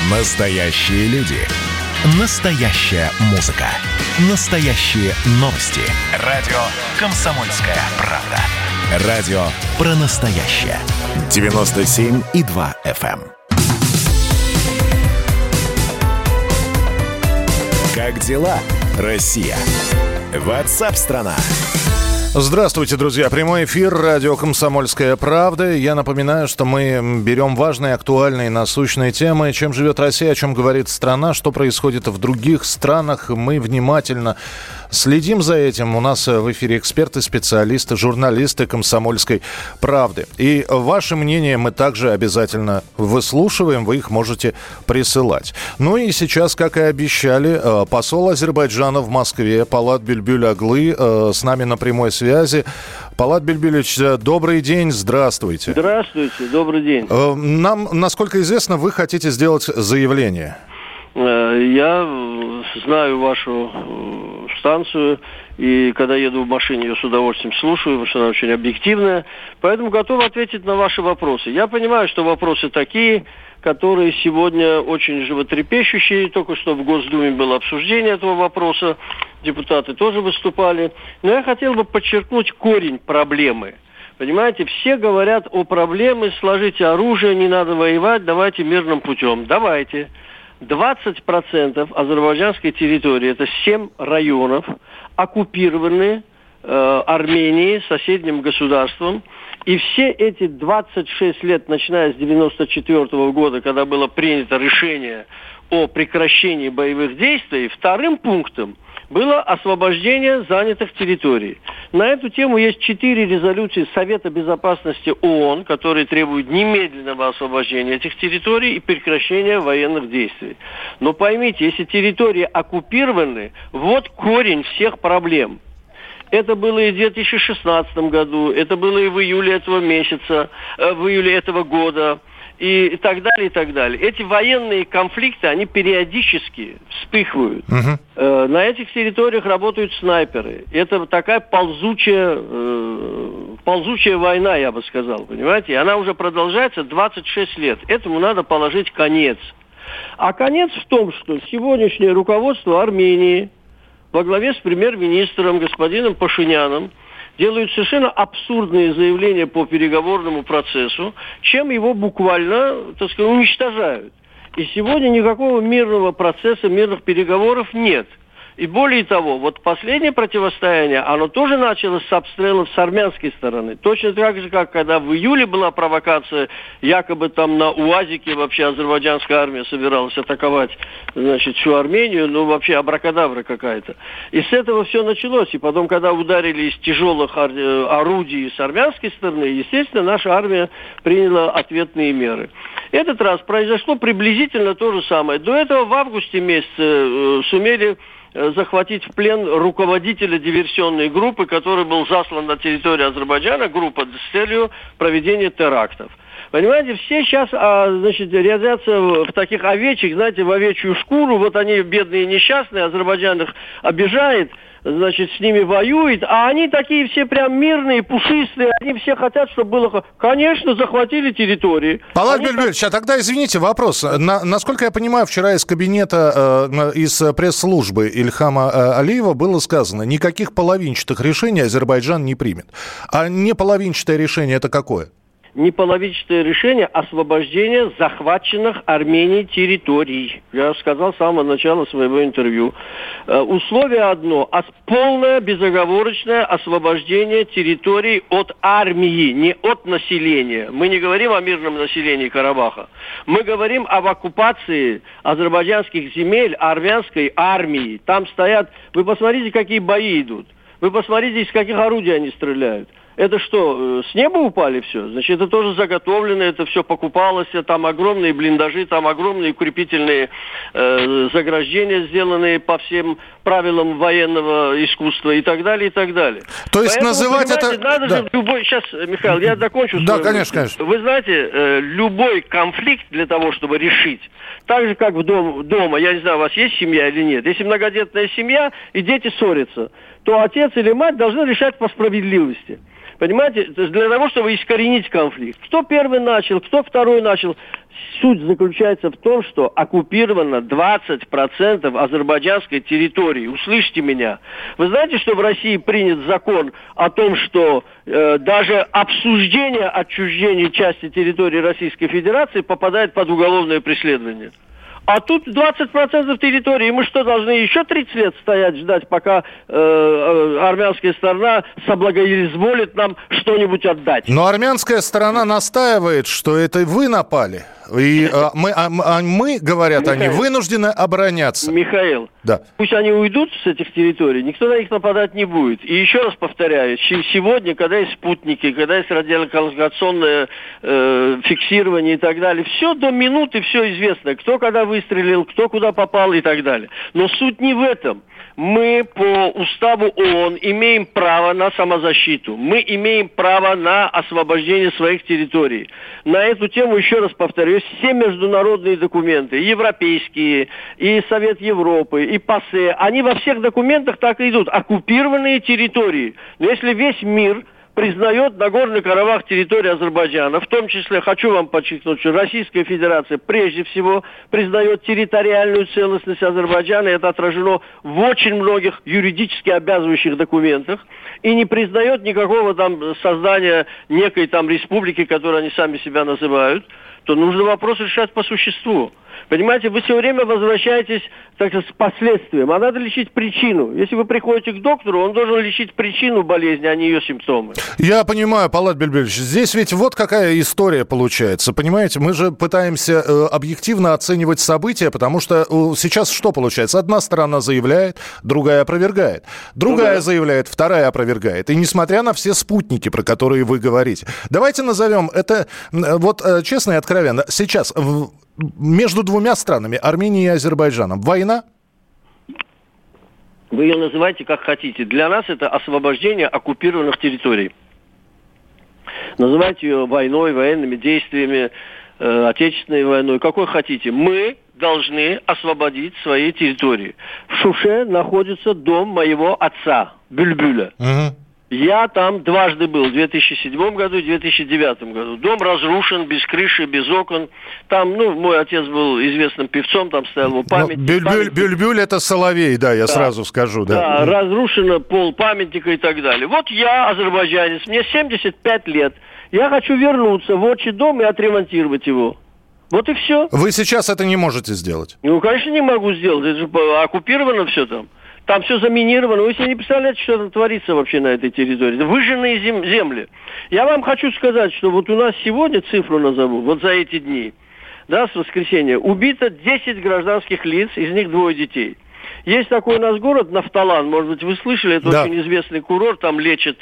Настоящие люди. Настоящая музыка. Настоящие новости. Радио «Комсомольская правда». Радио про настоящее. 97,2 FM. Как дела, Россия? WhatsApp-страна. Здравствуйте, друзья. Прямой эфир радио «Комсомольская правда». Я напоминаю, что мы берем важные, актуальные, насущные темы. Чем живет Россия, о чем говорит страна, что происходит в других странах. Мы внимательно следим за этим. У нас в эфире эксперты, специалисты, журналисты «Комсомольской правды». И ваше мнение мы также обязательно выслушиваем. Вы их можете присылать. Ну и сейчас, как и обещали, посол Азербайджана в Москве Полат Бюльбюль-Оглы с нами на прямой связи. Полат Бюльбюльевич, добрый день, здравствуйте. Здравствуйте, добрый день. Нам, насколько известно, вы хотите сделать заявление. Я знаю вашу станцию, и когда еду в машине, ее с удовольствием слушаю, потому что она очень объективная, поэтому готов ответить на ваши вопросы. Я понимаю, что вопросы такие, которые сегодня очень животрепещущие. Только что в Госдуме было обсуждение этого вопроса, депутаты тоже выступали. Но я хотел бы подчеркнуть корень проблемы. Понимаете, все говорят о проблеме: сложите оружие, не надо воевать, давайте мирным путем. Давайте. 20% азербайджанской территории, это 7 районов, оккупированы Арменией, соседним государством. И все эти 26 лет, начиная с 1994 года, когда было принято решение о прекращении боевых действий, вторым пунктом было освобождение занятых территорий. На эту тему есть 4 резолюции Совета Безопасности ООН, которые требуют немедленного освобождения этих территорий и прекращения военных действий. Но поймите, если территории оккупированы, вот корень всех проблем. Это было и в 2016 году, это было и в июле этого месяца, в июле этого года, и так далее, и так далее. Эти военные конфликты, они периодически вспыхивают. На этих территориях работают снайперы. Это такая ползучая война, я бы сказал, понимаете? И она уже продолжается 26 лет. Этому надо положить конец. А конец в том, что сегодняшнее руководство Армении во главе с премьер-министром господином Пашиняном делают совершенно абсурдные заявления по переговорному процессу, чем его буквально, так сказать, уничтожают. И сегодня никакого мирного процесса, мирных переговоров нет. И более того, вот последнее противостояние, оно тоже началось с обстрелов с армянской стороны. Точно так же, как когда в июле была провокация, якобы там на УАЗике вообще азербайджанская армия собиралась атаковать, значит, всю Армению, ну вообще абракадабра какая-то. И с этого все началось. И потом, когда ударили из тяжелых орудий с армянской стороны, естественно, наша армия приняла ответные меры. Этот раз произошло приблизительно то же самое. До этого в августе месяце сумели захватить в плен руководителя диверсионной группы, который был заслан на территорию Азербайджана, группа с целью проведения терактов. Понимаете, все сейчас, рядятся в таких овечек, знаете, в овечью шкуру. Вот они бедные несчастные, Азербайджан их обижает, значит, с ними воюет, а они такие все прям мирные, пушистые, они все хотят, чтобы было... Конечно, захватили территории. Полат Бюльбюльевич, а тогда, извините, вопрос. Насколько я понимаю, вчера из кабинета, из пресс-службы Ильхама Алиева было сказано, никаких половинчатых решений Азербайджан не примет. А не половинчатое решение это какое? Неполовинчатое решение освобождения захваченных Арменией территорий. Я сказал с самого начала своего интервью. Условие одно. Полное безоговорочное освобождение территорий от армии, не от населения. Мы не говорим о мирном населении Карабаха. Мы говорим об оккупации азербайджанских земель армянской армией. Там стоят... Вы посмотрите, какие бои идут. Вы посмотрите, из каких орудий они стреляют. Это что, с неба упали все? Значит, это тоже заготовлено, это все покупалось, там огромные блиндажи, там огромные укрепительные заграждения, сделанные по всем правилам военного искусства и так далее, и так далее. То есть поэтому, называть это... Надо же любой... Сейчас, Михаил, я закончу. Да, конечно. Вы знаете, любой конфликт для того, чтобы решить, так же, как дома, я не знаю, у вас есть семья или нет, если многодетная семья и дети ссорятся, то отец или мать должны решать по справедливости. Понимаете, для того, чтобы искоренить конфликт. Кто первый начал, кто второй начал. Суть заключается в том, что оккупировано 20% азербайджанской территории. Услышьте меня. Вы знаете, что в России принят закон о том, что даже обсуждение отчуждения части территории Российской Федерации попадает под уголовное преследование? А тут 20% территории. И мы что, должны еще 30 лет стоять, ждать, пока армянская сторона соблагоизволит нам что-нибудь отдать? Но армянская сторона настаивает, что это вы напали. И мы, говорят, Михаил, они вынуждены обороняться. Михаил, да. Пусть они уйдут с этих территорий, никто на них нападать не будет. И еще раз повторяю, сегодня, когда есть спутники, когда есть радиолокационное фиксирование и так далее, все до минуты, все известно. Кто когда выстрелил, кто куда попал и так далее. Но суть не в этом. Мы по уставу ООН имеем право на самозащиту. Мы имеем право на освобождение своих территорий. На эту тему, еще раз повторюсь, все международные документы, европейские, и Совет Европы, и ПАСЕ, они во всех документах так и идут. Оккупированные территории. Но если весь мир признает Нагорный Карабах территорией Азербайджана, в том числе, хочу вам подчеркнуть, что Российская Федерация прежде всего признает территориальную целостность Азербайджана, это отражено в очень многих юридически обязывающих документах, и не признает никакого там создания некой там республики, которую они сами себя называют, то нужно вопрос решать по существу. Понимаете, вы все время возвращаетесь, так сказать, к последствиям, а надо лечить причину. Если вы приходите к доктору, он должен лечить причину болезни, а не ее симптомы. Я понимаю, Палат Бельбельевич, здесь ведь вот какая история получается, понимаете? Мы же пытаемся объективно оценивать события, потому что сейчас что получается? Одна сторона заявляет, другая опровергает. Другая заявляет, вторая опровергает. И несмотря на все спутники, про которые вы говорите. Давайте назовем это, вот честно и откровенно, сейчас между двумя странами, Арменией и Азербайджаном, война? Вы ее называйте как хотите. Для нас это освобождение оккупированных территорий. Называйте ее войной, военными действиями, отечественной войной, какой хотите. Мы должны освободить свои территории. В Шуше находится дом моего отца, Бюльбюля. Я там дважды был, в 2007 году и 2009 году. Дом разрушен, без крыши, без окон. Там, мой отец был известным певцом, там стоял его памятник. Бюльбюль это соловей, да, я сразу скажу. Да, разрушено пол памятника и так далее. Вот я, азербайджанец, мне 75 лет. Я хочу вернуться в отчий дом и отремонтировать его. Вот и все. Вы сейчас это не можете сделать? Конечно, не могу сделать. Это же оккупировано все там. Там все заминировано. Вы себе не представляете, что там творится вообще на этой территории. Выжженные земли. Я вам хочу сказать, что вот у нас сегодня, цифру назову, вот за эти дни, да, с воскресенья, убито 10 гражданских лиц, из них 2 детей. Есть такой у нас город Нафталан, может быть, вы слышали, это очень известный курорт, там лечат,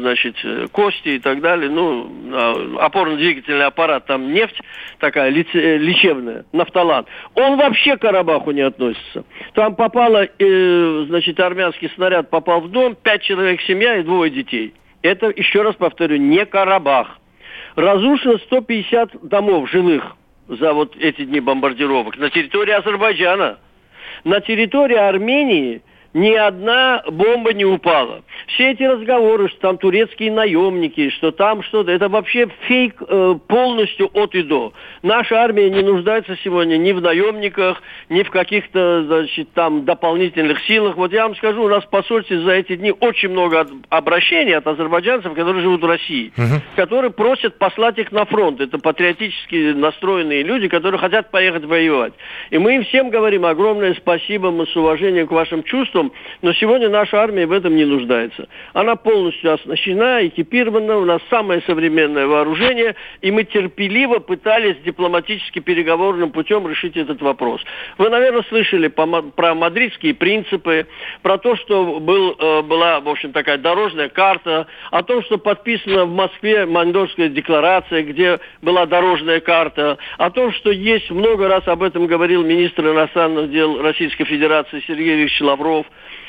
кости и так далее, опорно-двигательный аппарат, там нефть такая лечебная, Нафталан. Он вообще к Карабаху не относится. Там попало, армянский снаряд попал в дом, 5 человек семья и 2 детей. Это, еще раз повторю, не Карабах. Разрушено 150 домов жилых за вот эти дни бомбардировок на территории Азербайджана. На территории Армении ни одна бомба не упала. Все эти разговоры, что там турецкие наемники, что там что-то, это вообще фейк полностью от и до. Наша армия не нуждается сегодня ни в наемниках, ни в каких-то, там дополнительных силах. Вот я вам скажу, у нас в посольстве за эти дни очень много обращений от азербайджанцев, которые живут в России, которые просят послать их на фронт. Это патриотически настроенные люди, которые хотят поехать воевать. И мы им всем говорим огромное спасибо, мы с уважением к вашим чувствам, но сегодня наша армия в этом не нуждается. Она полностью оснащена, экипирована, у нас самое современное вооружение, и мы терпеливо пытались дипломатически переговорным путем решить этот вопрос. Вы, наверное, слышали про мадридские принципы, про то, что была, в общем, такая дорожная карта, о том, что подписана в Москве Мондорская декларация, где была дорожная карта, о том, что есть, много раз об этом говорил министр иностранных дел Российской Федерации Сергей Викторович Лавров,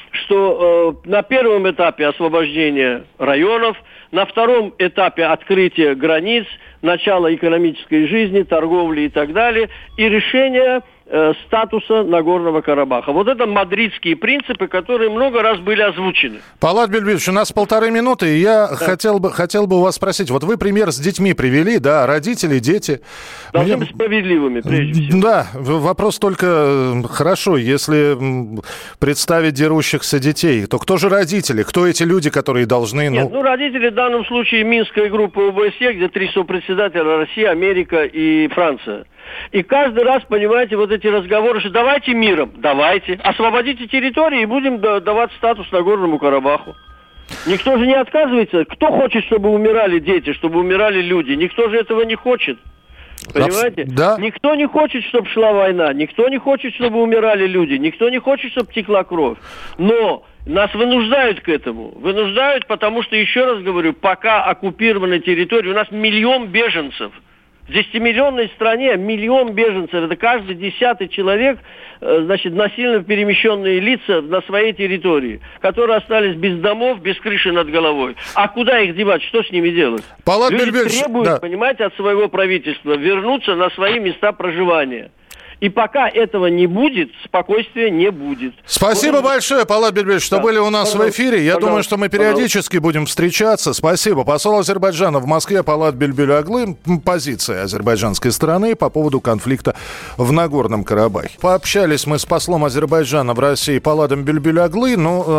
что на первом этапе освобождения районов, на втором этапе открытия границ, начало экономической жизни, торговли и так далее, и решение статуса Нагорного Карабаха. Вот это мадридские принципы, которые много раз были озвучены. Палат Бельбильевич, у нас 1,5 минуты, и я хотел бы у вас спросить. Вот вы пример с детьми привели, да, родители, дети. Должны быть справедливыми, прежде всего. Да, вопрос только, хорошо, если представить дерущихся детей, то кто же родители? Кто эти люди, которые должны... Нет, родители в данном случае Минская группа ОБСЕ, где 3 сопредседателя: Россия, Америка и Франция. И каждый раз, понимаете, вот эти разговоры, что давайте миром, давайте, освободите территории и будем давать статус Нагорному Карабаху. Никто же не отказывается. Кто хочет, чтобы умирали дети, чтобы умирали люди? Никто же этого не хочет. Понимаете? Да. Никто не хочет, чтобы шла война, никто не хочет, чтобы умирали люди, никто не хочет, чтобы текла кровь. Но нас вынуждают к этому. Вынуждают, потому что, еще раз говорю, пока оккупирована территория, у нас 1 миллион беженцев. В 10-миллионной стране 1 миллион беженцев. Это каждый 10-й человек, насильно перемещенные лица на своей территории, которые остались без домов, без крыши над головой. А куда их девать? Что с ними делать? Люди требуют, понимаете, от своего правительства вернуться на свои места проживания. И пока этого не будет, спокойствия не будет. Спасибо большое, Палат Бельбильевич, что были у нас в эфире. Я думаю, что мы периодически будем встречаться. Спасибо. Посол Азербайджана в Москве Палат Бельбиль-Оглы. Позиция азербайджанской стороны по поводу конфликта в Нагорном Карабахе. Пообщались мы с послом Азербайджана в России Палатом Бельбиль-Оглы.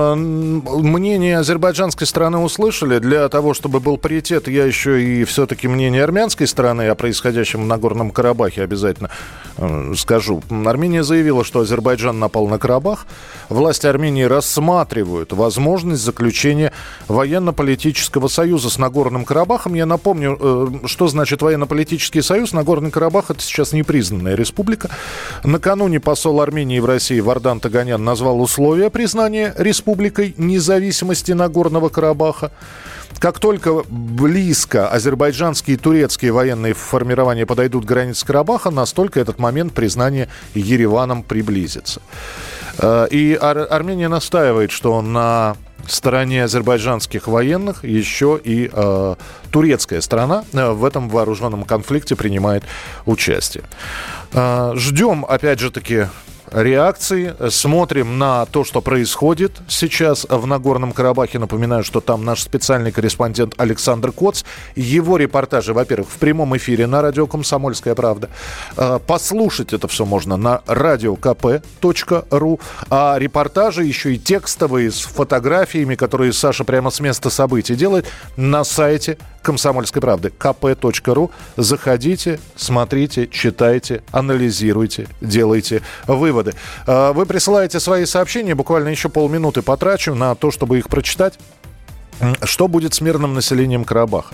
Мнение азербайджанской стороны услышали. Для того, чтобы был паритет, я еще и все-таки мнение армянской стороны о происходящем в Нагорном Карабахе обязательно скажу. Армения заявила, что Азербайджан напал на Карабах. Власти Армении рассматривают возможность заключения военно-политического союза с Нагорным Карабахом. Я напомню, что значит военно-политический союз. Нагорный Карабах — это сейчас непризнанная республика. Накануне посол Армении в России Вардан Таганян назвал условия признания республикой независимости Нагорного Карабаха. Как только близко азербайджанские и турецкие военные формирования подойдут к границе Карабаха, настолько этот момент признания Ереваном приблизится. И Армения настаивает, что на стороне азербайджанских военных еще и турецкая сторона в этом вооруженном конфликте принимает участие. Ждем, опять же таки, реакции. Смотрим на то, что происходит сейчас в Нагорном Карабахе. Напоминаю, что там наш специальный корреспондент Александр Коц. Его репортажи, во-первых, в прямом эфире на радио «Комсомольская правда». Послушать это все можно на radiokp.ru. А репортажи еще и текстовые с фотографиями, которые Саша прямо с места событий делает, на сайте «Комсомольской правды» kp.ru. Заходите, смотрите, читайте, анализируйте, делайте выводы. Вы присылаете свои сообщения, буквально еще полминуты потрачу на то, чтобы их прочитать. Что будет с мирным населением Карабаха?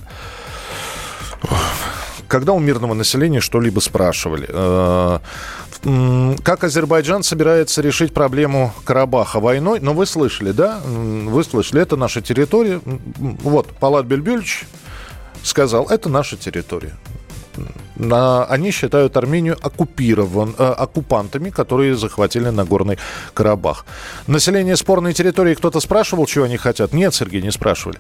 Когда у мирного населения что-либо спрашивали? Как Азербайджан собирается решить проблему Карабаха войной? Ну, вы слышали, да? Вы слышали, это наша территория. Вот, Палат Бельбильевич сказал, это наша территория. Они считают Армению оккупантами, которые захватили Нагорный Карабах. Население спорной территории кто-то спрашивал, чего они хотят? Нет, Сергей, не спрашивали.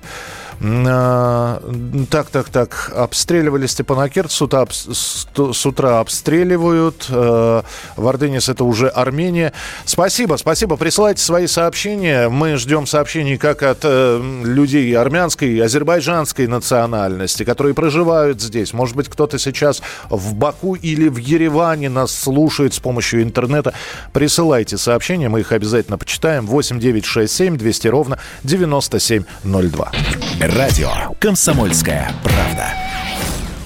Так. Обстреливали Степанакерт, с утра обстреливают. Варденис — это уже Армения. Спасибо. Присылайте свои сообщения. Мы ждем сообщений как от людей армянской и азербайджанской национальности, которые проживают здесь. Может быть, кто-то сейчас в Баку или в Ереване нас слушает с помощью интернета. Присылайте сообщения, мы их обязательно почитаем. 8-967 200 ровно 9702. Радио «Комсомольская правда».